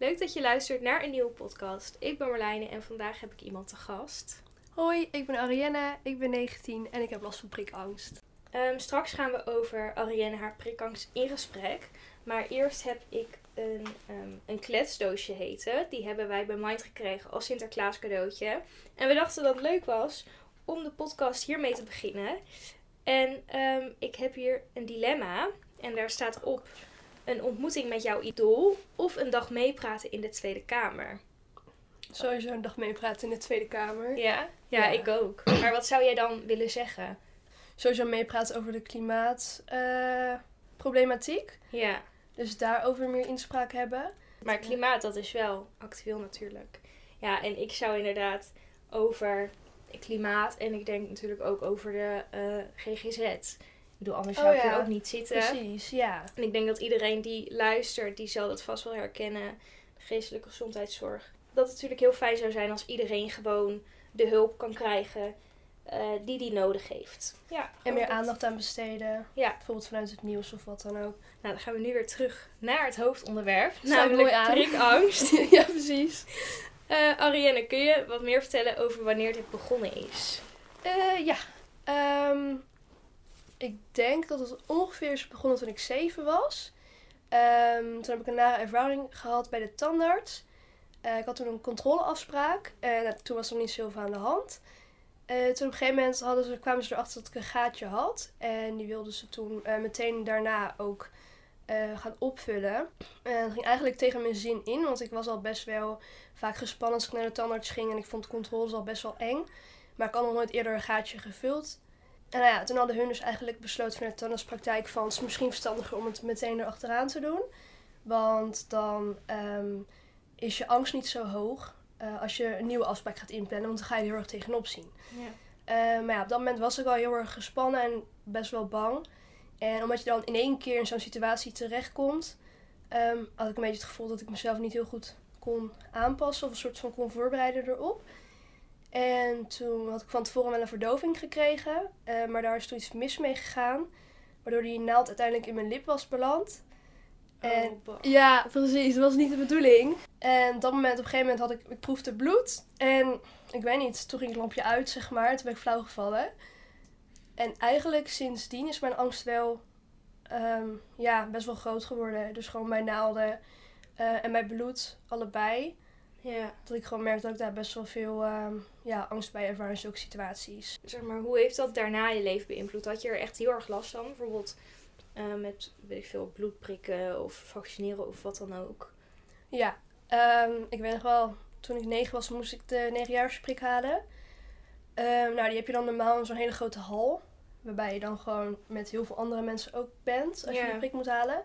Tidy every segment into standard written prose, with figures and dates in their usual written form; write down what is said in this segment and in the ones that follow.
Leuk dat je luistert naar een nieuwe podcast. Ik ben Marlijne en vandaag heb ik iemand te gast. Hoi, ik ben Arienne, ik ben 19 en ik heb last van prikangst. Straks gaan we over Arienne haar prikangst in gesprek. Maar eerst heb ik een kletsdoosje heten. Die hebben wij bij Mind gekregen als Sinterklaas cadeautje. En we dachten dat het leuk was om de podcast hiermee te beginnen. En ik heb hier een dilemma. En daar staat op een ontmoeting met jouw idool of een dag meepraten in de Tweede Kamer. Sowieso een dag meepraten in de Tweede Kamer. Ja, ik ook. Maar wat zou jij dan willen zeggen? Sowieso meepraten over de klimaatproblematiek. Ja. Dus daarover meer inspraak hebben. Maar klimaat, dat is wel actueel natuurlijk. Ja, en ik zou inderdaad over klimaat en ik denk natuurlijk ook over de GGZ. Ik bedoel, anders zou ik hier ook niet zitten. Precies, ja. En ik denk dat iedereen die luistert, die zal dat vast wel herkennen. De geestelijke gezondheidszorg. Dat het natuurlijk heel fijn zou zijn als iedereen gewoon de hulp kan krijgen die nodig heeft. Ja, en meer aandacht aan besteden. Ja. Bijvoorbeeld vanuit het nieuws of wat dan ook. Nou, dan gaan we nu weer terug naar het hoofdonderwerp. Namelijk prikangst. Ja, precies. Arienne, kun je wat meer vertellen over wanneer dit begonnen is? Ik denk dat het ongeveer is begonnen toen ik 7 was. Toen heb ik een nare ervaring gehad bij de tandarts. Ik had toen een controleafspraak. Toen was er niet zoveel aan de hand. Toen op een gegeven moment kwamen ze erachter dat ik een gaatje had. En die wilden ze toen meteen daarna ook gaan opvullen. En dat ging eigenlijk tegen mijn zin in. Want ik was al best wel vaak gespannen als ik naar de tandarts ging. En ik vond de controles al best wel eng. Maar ik had nog nooit eerder een gaatje gevuld. En toen hadden hun dus eigenlijk besloten vanuit de tandartspraktijk van... het is misschien verstandiger om het meteen erachteraan te doen. Want dan is je angst niet zo hoog als je een nieuwe afspraak gaat inplannen. Want dan ga je er heel erg tegenop zien. Ja. Maar op dat moment was ik al heel erg gespannen en best wel bang. En omdat je dan in één keer in zo'n situatie terechtkomt... had ik een beetje het gevoel dat ik mezelf niet heel goed kon aanpassen. Of een soort van kon voorbereiden erop. En toen had ik van tevoren wel een verdoving gekregen. Maar daar is toen iets mis mee gegaan. Waardoor die naald uiteindelijk in mijn lip was beland. Ja, precies. Dat was niet de bedoeling. En op dat moment, op een gegeven moment, ik proefde bloed. En ik weet niet, toen ging het lampje uit, zeg maar. Toen ben ik flauw gevallen. En eigenlijk sindsdien is mijn angst wel best wel groot geworden. Dus gewoon bij naalden en bij bloed, allebei. Ja. Dat ik gewoon merk dat ik daar best wel veel angst bij ervaar in zulke situaties. Zeg maar, hoe heeft dat daarna je leven beïnvloed? Had je er echt heel erg last van? Bijvoorbeeld met, weet ik veel, bloedprikken of vaccineren of wat dan ook? Ja, ik weet nog wel, toen ik 9 was moest ik de 9-jaarsprik halen. Die heb je dan normaal in zo'n hele grote hal. Waarbij je dan gewoon met heel veel andere mensen ook bent als je de prik moet halen.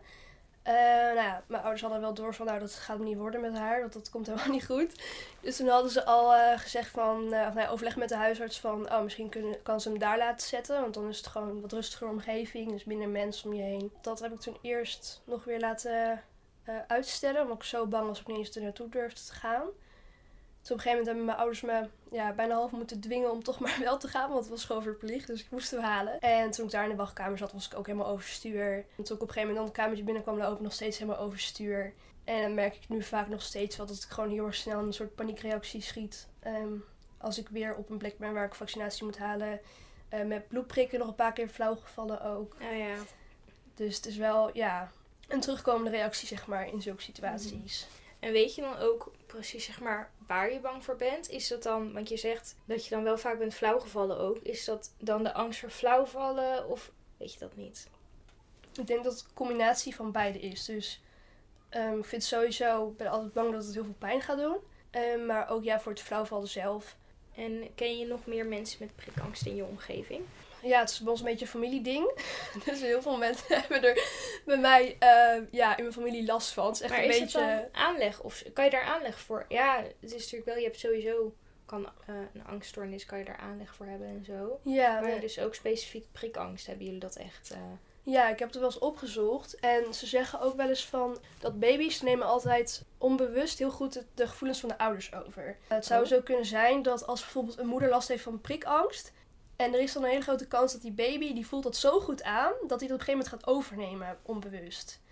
Mijn ouders hadden wel door van, dat gaat hem niet worden met haar, want dat komt helemaal niet goed. Dus toen hadden ze al gezegd van, overleg met de huisarts van, misschien kan ze hem daar laten zetten. Want dan is het gewoon een wat rustiger omgeving, dus minder mensen om je heen. Dat heb ik toen eerst nog weer laten uitstellen, omdat ik zo bang was dat ik niet eens er naartoe durfde te gaan. Toen op een gegeven moment hebben mijn ouders me bijna half moeten dwingen om toch maar wel te gaan. Want het was gewoon verplicht, dus ik moest hem halen. En toen ik daar in de wachtkamer zat, was ik ook helemaal overstuur. En toen ik op een gegeven moment dan het kamertje binnenkwam, dan ook nog steeds helemaal overstuur. En dan merk ik nu vaak nog steeds wel dat ik gewoon heel erg snel in een soort paniekreactie schiet. Als ik weer op een plek ben waar ik vaccinatie moet halen. Met bloedprikken nog een paar keer flauw gevallen ook. Oh ja. Dus het is wel, een terugkomende reactie, zeg maar, in zulke situaties. En weet je dan ook precies, zeg maar, waar je bang voor bent? Is dat dan, want je zegt dat je dan wel vaak bent flauwgevallen ook. Is dat dan de angst voor flauwvallen of weet je dat niet? Ik denk dat het een combinatie van beide is. Dus ik vind sowieso, ik ben altijd bang dat het heel veel pijn gaat doen. Maar ook voor het flauwvallen zelf. En ken je nog meer mensen met prikangst in je omgeving? Ja, het is bij ons een beetje een familieding. Dus heel veel mensen hebben er bij mij in mijn familie last van. Het is echt maar een is beetje... het dan aanleg? Of kan je daar aanleg voor? Ja, het is natuurlijk wel, je hebt sowieso een angststoornis, kan je daar aanleg voor hebben en zo. Ja, maar dus ook specifiek prikangst, hebben jullie dat echt? Ja, ik heb het wel eens opgezocht. En ze zeggen ook wel eens van dat baby's nemen altijd onbewust heel goed de gevoelens van de ouders over. Het zou zo kunnen zijn dat als bijvoorbeeld een moeder last heeft van prikangst. En er is dan een hele grote kans dat die baby, die voelt dat zo goed aan, dat hij dat op een gegeven moment gaat overnemen, onbewust.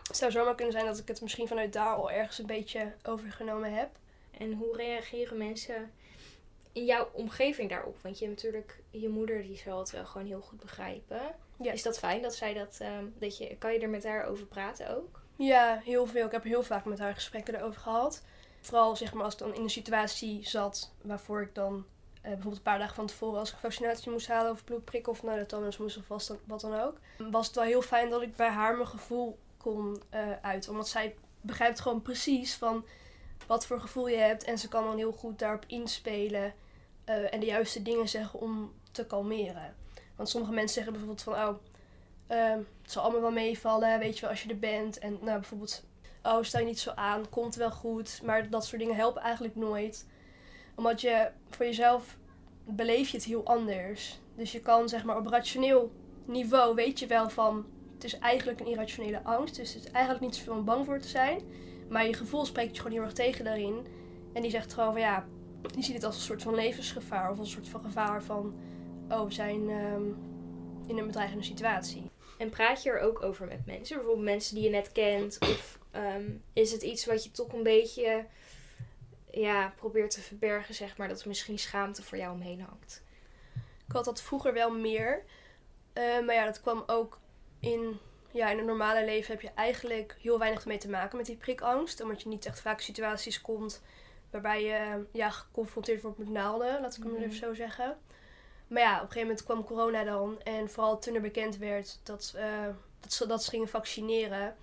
Het zou zomaar kunnen zijn dat ik het misschien vanuit daar al ergens een beetje overgenomen heb. En hoe reageren mensen in jouw omgeving daarop? Want je hebt natuurlijk je moeder, die zal het wel gewoon heel goed begrijpen. Ja. Is dat fijn dat zij kan je er met haar over praten ook? Ja, heel veel. Ik heb heel vaak met haar gesprekken erover gehad. Vooral zeg maar als ik dan in een situatie zat waarvoor ik dan bijvoorbeeld een paar dagen van tevoren als ik vaccinatie moest halen of bloedprik of naar de tandarts moest of wat dan ook. Was het wel heel fijn dat ik bij haar mijn gevoel kon uiten. Omdat zij begrijpt gewoon precies van wat voor gevoel je hebt. En ze kan dan heel goed daarop inspelen en de juiste dingen zeggen om te kalmeren. Want sommige mensen zeggen bijvoorbeeld van het zal allemaal wel meevallen, weet je wel, als je er bent. En nou bijvoorbeeld, stel je niet zo aan, komt wel goed. Maar dat soort dingen helpen eigenlijk nooit. Omdat je voor jezelf beleef je het heel anders. Dus je kan zeg maar op rationeel niveau weet je wel van, het is eigenlijk een irrationele angst. Dus het is eigenlijk niet zoveel om bang voor te zijn. Maar je gevoel spreekt je gewoon heel erg tegen daarin. En die zegt gewoon van ja, die ziet het als een soort van levensgevaar. Of als een soort van gevaar van, we zijn in een bedreigende situatie. En praat je er ook over met mensen? Bijvoorbeeld mensen die je net kent? Of is het iets wat je toch een beetje probeert te verbergen, zeg maar, dat er misschien schaamte voor jou omheen hangt? Ik had dat vroeger wel meer. Maar ja, dat kwam ook in het normale leven heb je eigenlijk heel weinig mee te maken met die prikangst. Omdat je niet echt vaak situaties komt waarbij je geconfronteerd wordt met naalden, laat ik het even zo zeggen. Maar ja, op een gegeven moment kwam corona dan. En vooral toen er bekend werd dat ze gingen vaccineren.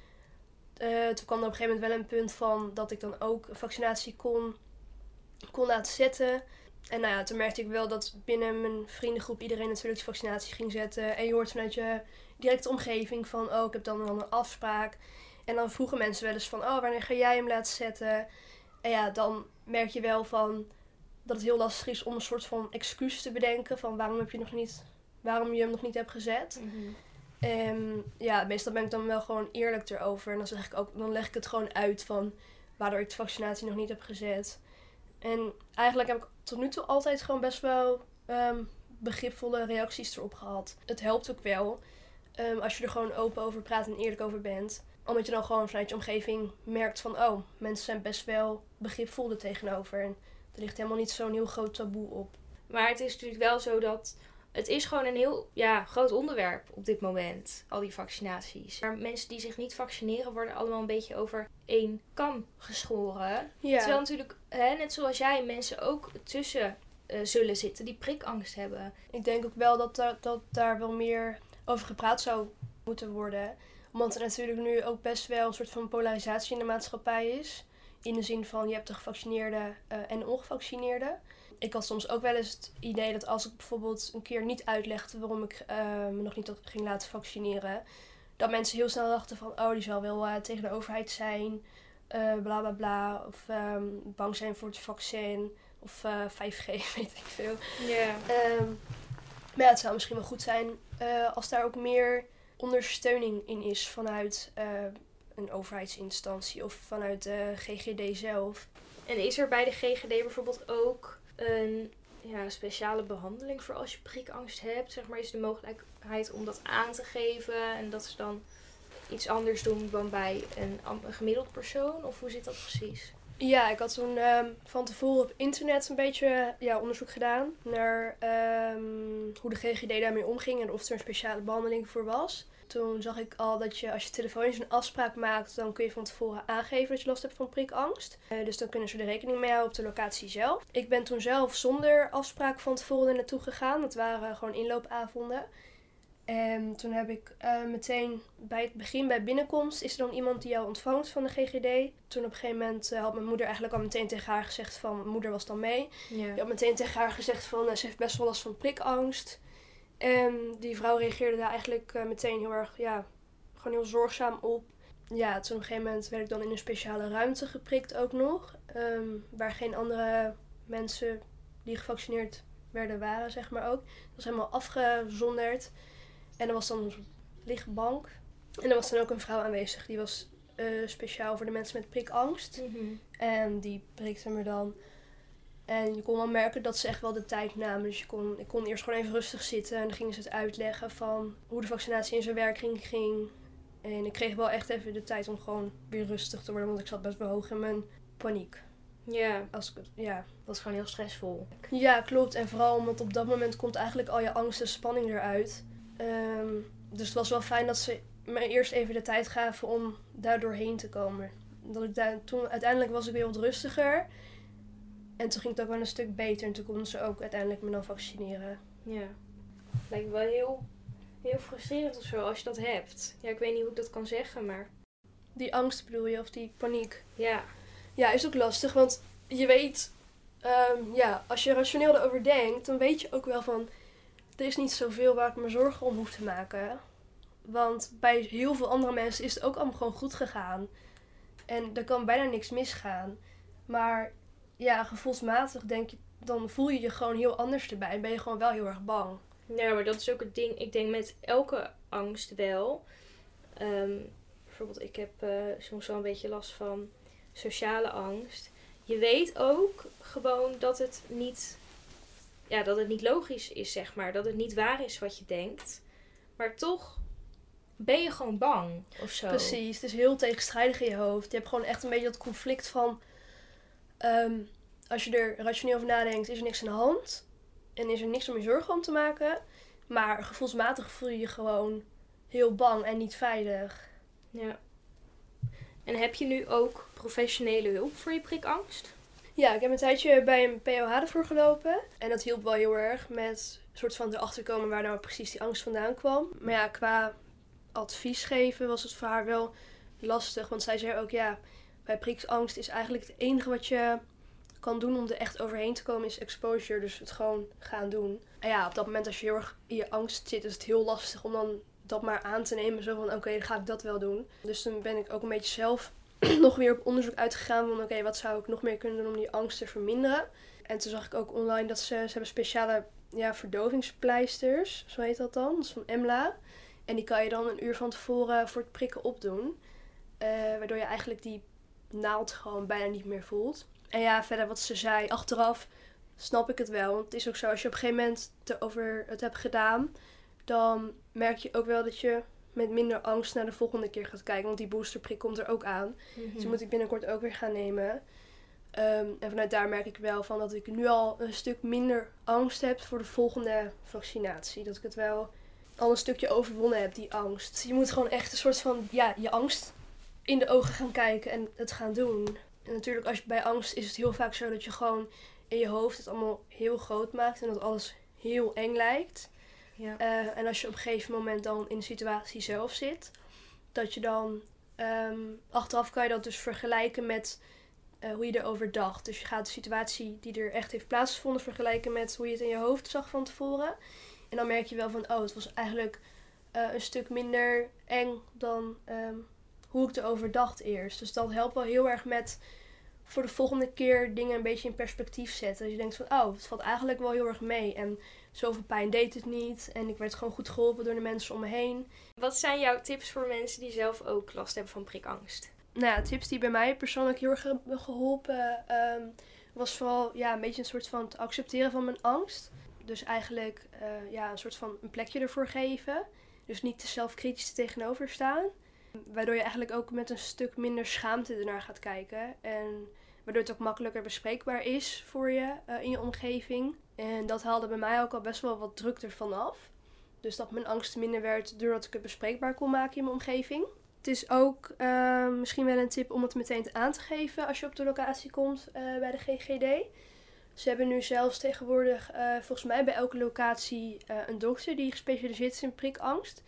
Toen kwam er op een gegeven moment wel een punt van dat ik dan ook een vaccinatie kon laten zetten. En nou ja, toen merkte ik wel dat binnen mijn vriendengroep iedereen natuurlijk de vaccinatie ging zetten. En je hoort vanuit je directe omgeving van, ik heb dan een afspraak. En dan vroegen mensen wel eens van, wanneer ga jij hem laten zetten? En ja, dan merk je wel van dat het heel lastig is om een soort van excuus te bedenken van waarom je hem nog niet hebt gezet. Mm-hmm. En ja, meestal ben ik dan wel gewoon eerlijk erover. En dan leg ik het gewoon uit van waardoor ik de vaccinatie nog niet heb gezet. En eigenlijk heb ik tot nu toe altijd gewoon best wel begripvolle reacties erop gehad. Het helpt ook wel als je er gewoon open over praat en eerlijk over bent. Omdat je dan gewoon vanuit je omgeving merkt van, mensen zijn best wel begripvol er tegenover. En er ligt helemaal niet zo'n heel groot taboe op. Maar het is natuurlijk wel zo dat het is gewoon een heel groot onderwerp op dit moment, al die vaccinaties. Maar mensen die zich niet vaccineren worden allemaal een beetje over één kam geschoren. Ja. Terwijl natuurlijk, net zoals jij, mensen ook tussen zullen zitten die prikangst hebben. Ik denk ook wel dat daar wel meer over gepraat zou moeten worden. Omdat er natuurlijk nu ook best wel een soort van polarisatie in de maatschappij is. In de zin van, je hebt de gevaccineerden en de ongevaccineerden. Ik had soms ook wel eens het idee dat als ik bijvoorbeeld een keer niet uitlegde waarom ik me nog niet ging laten vaccineren, dat mensen heel snel dachten van, die zal wel tegen de overheid zijn, bla bla bla, of bang zijn voor het vaccin, of 5G, weet ik veel. Ja. Maar ja, het zou misschien wel goed zijn als daar ook meer ondersteuning in is vanuit een overheidsinstantie of vanuit de GGD zelf. En is er bij de GGD bijvoorbeeld ook een speciale behandeling voor als je prikangst hebt? Zeg maar, is de mogelijkheid om dat aan te geven en dat ze dan iets anders doen dan bij een gemiddeld persoon? Of hoe zit dat precies? Ja, ik had toen van tevoren op internet een beetje onderzoek gedaan naar hoe de GGD daarmee omging en of er een speciale behandeling voor was. Toen zag ik al dat je als je telefonisch een afspraak maakt, dan kun je van tevoren aangeven dat je last hebt van prikangst. Dus dan kunnen ze er rekening mee houden op de locatie zelf. Ik ben toen zelf zonder afspraak van tevoren er naartoe gegaan. Dat waren gewoon inloopavonden. En toen heb ik meteen bij het begin, bij binnenkomst, is er dan iemand die jou ontvangt van de GGD. Toen op een gegeven moment had mijn moeder eigenlijk al meteen tegen haar gezegd van, mijn moeder was dan mee. Ja. Die had meteen tegen haar gezegd van, ze heeft best wel last van prikangst. En die vrouw reageerde daar eigenlijk meteen heel erg, gewoon heel zorgzaam op. Ja, toen op een gegeven moment werd ik dan in een speciale ruimte geprikt ook nog. Waar geen andere mensen die gevaccineerd werden waren, zeg maar ook. Dat was helemaal afgezonderd. En er was dan een lichtbank. En er was dan ook een vrouw aanwezig. Die was speciaal voor de mensen met prikangst. Mm-hmm. En die prikte me dan. En je kon wel merken dat ze echt wel de tijd namen. Dus ik kon eerst gewoon even rustig zitten. En dan gingen ze het uitleggen van hoe de vaccinatie in zijn werking ging. En ik kreeg wel echt even de tijd om gewoon weer rustig te worden, want ik zat best wel hoog in mijn paniek. Ja, Ja. dat is gewoon heel stressvol. Ja, klopt. En vooral omdat op dat moment komt eigenlijk al je angst en spanning eruit. Dus het was wel fijn dat ze me eerst even de tijd gaven om daar doorheen te komen. Toen uiteindelijk was ik weer wat rustiger. En toen ging het ook wel een stuk beter. En toen konden ze ook uiteindelijk me dan vaccineren. Ja. Lijkt wel heel, heel frustrerend of zo als je dat hebt. Ja, ik weet niet hoe ik dat kan zeggen, maar... Die angst bedoel je, of die paniek? Ja. Ja, is ook lastig, want je weet... als je rationeel erover denkt, dan weet je ook wel van... Er is niet zoveel waar ik me zorgen om hoef te maken. Want bij heel veel andere mensen is het ook allemaal gewoon goed gegaan. En er kan bijna niks misgaan. Maar ja, gevoelsmatig dan voel je je gewoon heel anders erbij. En ben je gewoon wel heel erg bang. Ja, maar dat is ook het ding. Ik denk met elke angst wel. Bijvoorbeeld, ik heb soms wel een beetje last van sociale angst. Je weet ook gewoon dat het niet logisch is, zeg maar. Dat het niet waar is wat je denkt. Maar toch ben je gewoon bang of zo. Precies, het is heel tegenstrijdig in je hoofd. Je hebt gewoon echt een beetje dat conflict van... als je er rationeel over nadenkt, is er niks aan de hand. En is er niks om je zorgen om te maken. Maar gevoelsmatig voel je je gewoon heel bang en niet veilig. Ja. En heb je nu ook professionele hulp voor je prikangst? Ja, ik heb een tijdje bij een POH ervoor gelopen. En dat hielp wel heel erg met een soort van erachter komen waar nou precies die angst vandaan kwam. Maar ja, qua advies geven was het voor haar wel lastig. Want zij zei ook, ja, bij prikangst is eigenlijk het enige wat je kan doen om er echt overheen te komen is exposure. Dus het gewoon gaan doen. En ja, op dat moment als je heel erg in je angst zit, is het heel lastig om dan dat maar aan te nemen. Zo van, oké, dan ga ik dat wel doen. Dus toen ben ik ook een beetje zelf nog weer op onderzoek uitgegaan van, oké, wat zou ik nog meer kunnen doen om die angst te verminderen. En toen zag ik ook online dat ze hebben speciale verdovingspleisters, zo heet dat dan. Dat is van EMLA. En die kan je dan een uur van tevoren voor het prikken opdoen. Waardoor je eigenlijk die naald gewoon bijna niet meer voelt. En ja, verder wat ze zei, achteraf snap ik het wel. Want het is ook zo, als je op een gegeven moment over het hebt gedaan, dan merk je ook wel dat je met minder angst naar de volgende keer gaat kijken. Want die boosterprik komt er ook aan. Mm-hmm. Dus die moet ik binnenkort ook weer gaan nemen. En vanuit daar merk ik wel van dat ik nu al een stuk minder angst heb voor de volgende vaccinatie. Dat ik het wel al een stukje overwonnen heb, die angst. Je moet gewoon echt een soort van, je angst in de ogen gaan kijken en het gaan doen. En natuurlijk, bij angst is het heel vaak zo dat je gewoon in je hoofd het allemaal heel groot maakt en dat alles heel eng lijkt. Ja. En als je op een gegeven moment dan in de situatie zelf zit, dat je dan achteraf kan je dat dus vergelijken met hoe je erover dacht. Dus je gaat de situatie die er echt heeft plaatsgevonden vergelijken met hoe je het in je hoofd zag van tevoren. En dan merk je wel van, het was eigenlijk een stuk minder eng dan hoe ik erover dacht eerst. Dus dat helpt wel heel erg met voor de volgende keer dingen een beetje in perspectief zetten. Dus je denkt van, het valt eigenlijk wel heel erg mee. En zoveel pijn deed het niet. En ik werd gewoon goed geholpen door de mensen om me heen. Wat zijn jouw tips voor mensen die zelf ook last hebben van prikangst? Nou ja, tips die bij mij persoonlijk heel erg hebben geholpen, was vooral een beetje een soort van te accepteren van mijn angst. Dus eigenlijk een soort van een plekje ervoor geven. Dus niet te zelfkritisch tegenover staan. Waardoor je eigenlijk ook met een stuk minder schaamte ernaar gaat kijken. En waardoor het ook makkelijker bespreekbaar is voor je in je omgeving. En dat haalde bij mij ook al best wel wat druk ervan af. Dus dat mijn angst minder werd doordat ik het bespreekbaar kon maken in mijn omgeving. Het is ook misschien wel een tip om het meteen aan te geven als je op de locatie komt bij de GGD. Ze hebben nu zelfs tegenwoordig volgens mij bij elke locatie een dokter die gespecialiseerd is in prikangst.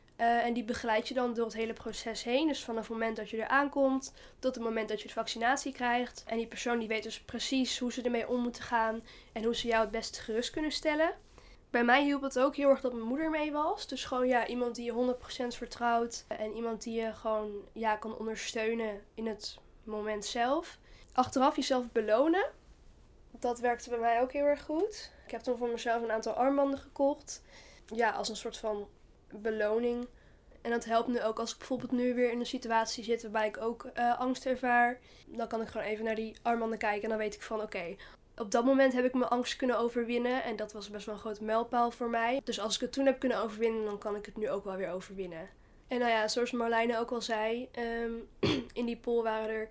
En die begeleidt je dan door het hele proces heen. Dus vanaf het moment dat je er aankomt tot het moment dat je de vaccinatie krijgt. En die persoon die weet dus precies hoe ze ermee om moeten gaan en hoe ze jou het beste gerust kunnen stellen. Bij mij hielp het ook heel erg dat mijn moeder mee was. Dus gewoon iemand die je 100% vertrouwt. En iemand die je gewoon kan ondersteunen in het moment zelf. Achteraf jezelf belonen. Dat werkte bij mij ook heel erg goed. Ik heb toen voor mezelf een aantal armbanden gekocht. Ja, als een soort van beloning. En dat helpt nu ook als ik bijvoorbeeld nu weer in een situatie zit waarbij ik ook angst ervaar. Dan kan ik gewoon even naar die armbanden kijken en dan weet ik van oké, op dat moment heb ik mijn angst kunnen overwinnen. En dat was best wel een grote mijlpaal voor mij. Dus als ik het toen heb kunnen overwinnen, dan kan ik het nu ook wel weer overwinnen. En nou ja, zoals Marlijne ook al zei, in die poll waren er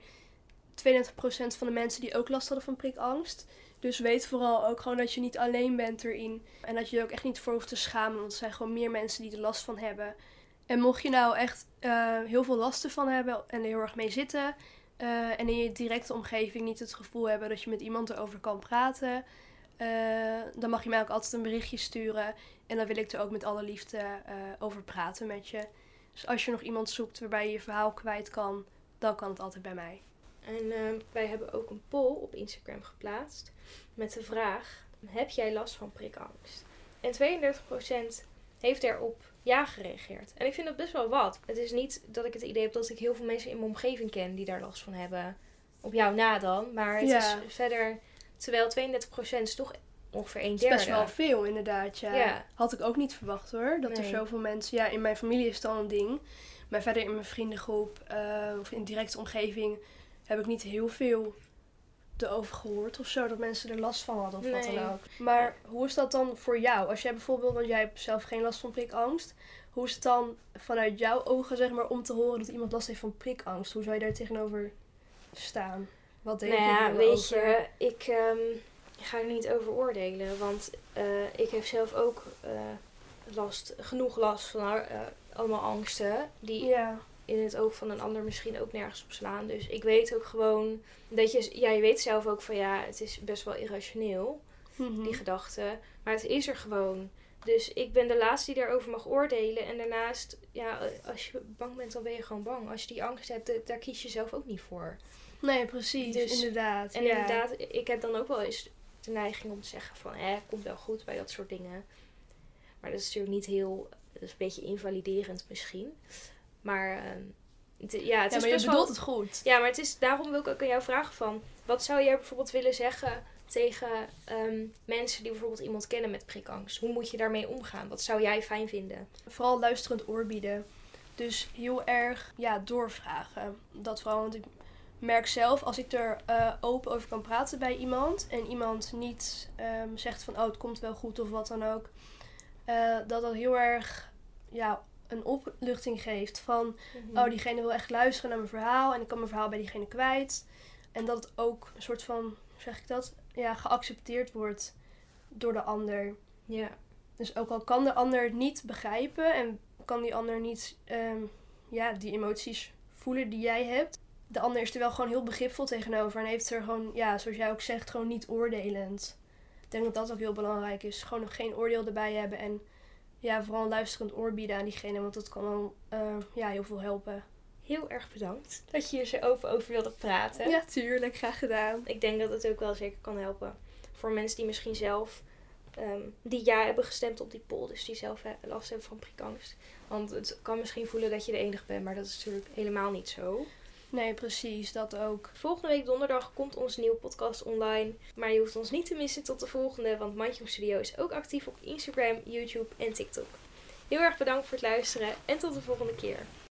32% van de mensen die ook last hadden van prikangst. Dus weet vooral ook gewoon dat je niet alleen bent erin. En dat je je ook echt niet voor hoeft te schamen, want er zijn gewoon meer mensen die er last van hebben. En mocht je nou echt heel veel last ervan hebben en er heel erg mee zitten, en in je directe omgeving niet het gevoel hebben dat je met iemand erover kan praten, dan mag je mij ook altijd een berichtje sturen. En dan wil ik er ook met alle liefde over praten met je. Dus als je nog iemand zoekt waarbij je je verhaal kwijt kan, dan kan het altijd bij mij. En wij hebben ook een poll op Instagram geplaatst met de vraag: heb jij last van prikangst? En 32% heeft erop ja gereageerd. En ik vind dat best wel wat. Het is niet dat ik het idee heb dat ik heel veel mensen in mijn omgeving ken die daar last van hebben. Op jou na dan. Maar het is verder, terwijl 32% is toch ongeveer 1/3. Dat is best wel veel inderdaad, Ja. Had ik ook niet verwacht hoor. Dat er zoveel mensen... Ja, in mijn familie is het al een ding. Maar verder in mijn vriendengroep of in directe omgeving heb ik niet heel veel erover gehoord of zo. Dat mensen er last van hadden of wat dan ook. Maar hoe is dat dan voor jou? Als jij bijvoorbeeld, want jij hebt zelf geen last van prikangst. Hoe is het dan vanuit jouw ogen, zeg maar, om te horen dat iemand last heeft van prikangst? Hoe zou je daar tegenover staan? Wat denk je weet je, ik ga er niet over oordelen. Want ik heb zelf ook genoeg last van allemaal angsten. Die in het oog van een ander misschien ook nergens op slaan. Dus ik weet ook gewoon dat je weet zelf ook van het is best wel irrationeel. Die gedachte. Maar het is er gewoon. Dus ik ben de laatste die daarover mag oordelen. En daarnaast, als je bang bent, dan ben je gewoon bang. Als je die angst hebt, daar kies je zelf ook niet voor. Nee, precies. Dus, inderdaad. En inderdaad, ik heb dan ook wel eens de neiging om te zeggen van, komt wel goed bij dat soort dingen. Maar dat is natuurlijk niet heel, dat is een beetje invaliderend misschien. Maar het is maar best je bedoelt wel, het goed. Ja, maar daarom wil ik ook aan jou vragen van, wat zou jij bijvoorbeeld willen zeggen tegen mensen die bijvoorbeeld iemand kennen met prikangst? Hoe moet je daarmee omgaan? Wat zou jij fijn vinden? Vooral luisterend oor bieden. Dus heel erg doorvragen. Dat vooral, want ik merk zelf, als ik er open over kan praten bij iemand en iemand niet zegt van het komt wel goed of wat dan ook, dat heel erg een opluchting geeft van diegene wil echt luisteren naar mijn verhaal en ik kan mijn verhaal bij diegene kwijt. En dat het ook een soort van, hoe zeg ik dat, geaccepteerd wordt door de ander. Ja. Dus ook al kan de ander het niet begrijpen en kan die ander niet die emoties voelen die jij hebt, de ander is er wel gewoon heel begripvol tegenover en heeft er gewoon, zoals jij ook zegt, gewoon niet oordelend. Ik denk dat dat ook heel belangrijk is. Gewoon nog geen oordeel erbij hebben en vooral een luisterend oor bieden aan diegene, want dat kan dan heel veel helpen. Heel erg bedankt dat je hier zo open over wilde praten. Ja, tuurlijk. Graag gedaan. Ik denk dat het ook wel zeker kan helpen voor mensen die misschien zelf die hebben gestemd op die poll. Dus die zelf last hebben van prikangst. Want het kan misschien voelen dat je de enige bent, maar dat is natuurlijk helemaal niet zo. Nee, precies. Dat ook. Volgende week donderdag komt onze nieuwe podcast online. Maar je hoeft ons niet te missen tot de volgende, want Mandjong Studio is ook actief op Instagram, YouTube en TikTok. Heel erg bedankt voor het luisteren en tot de volgende keer.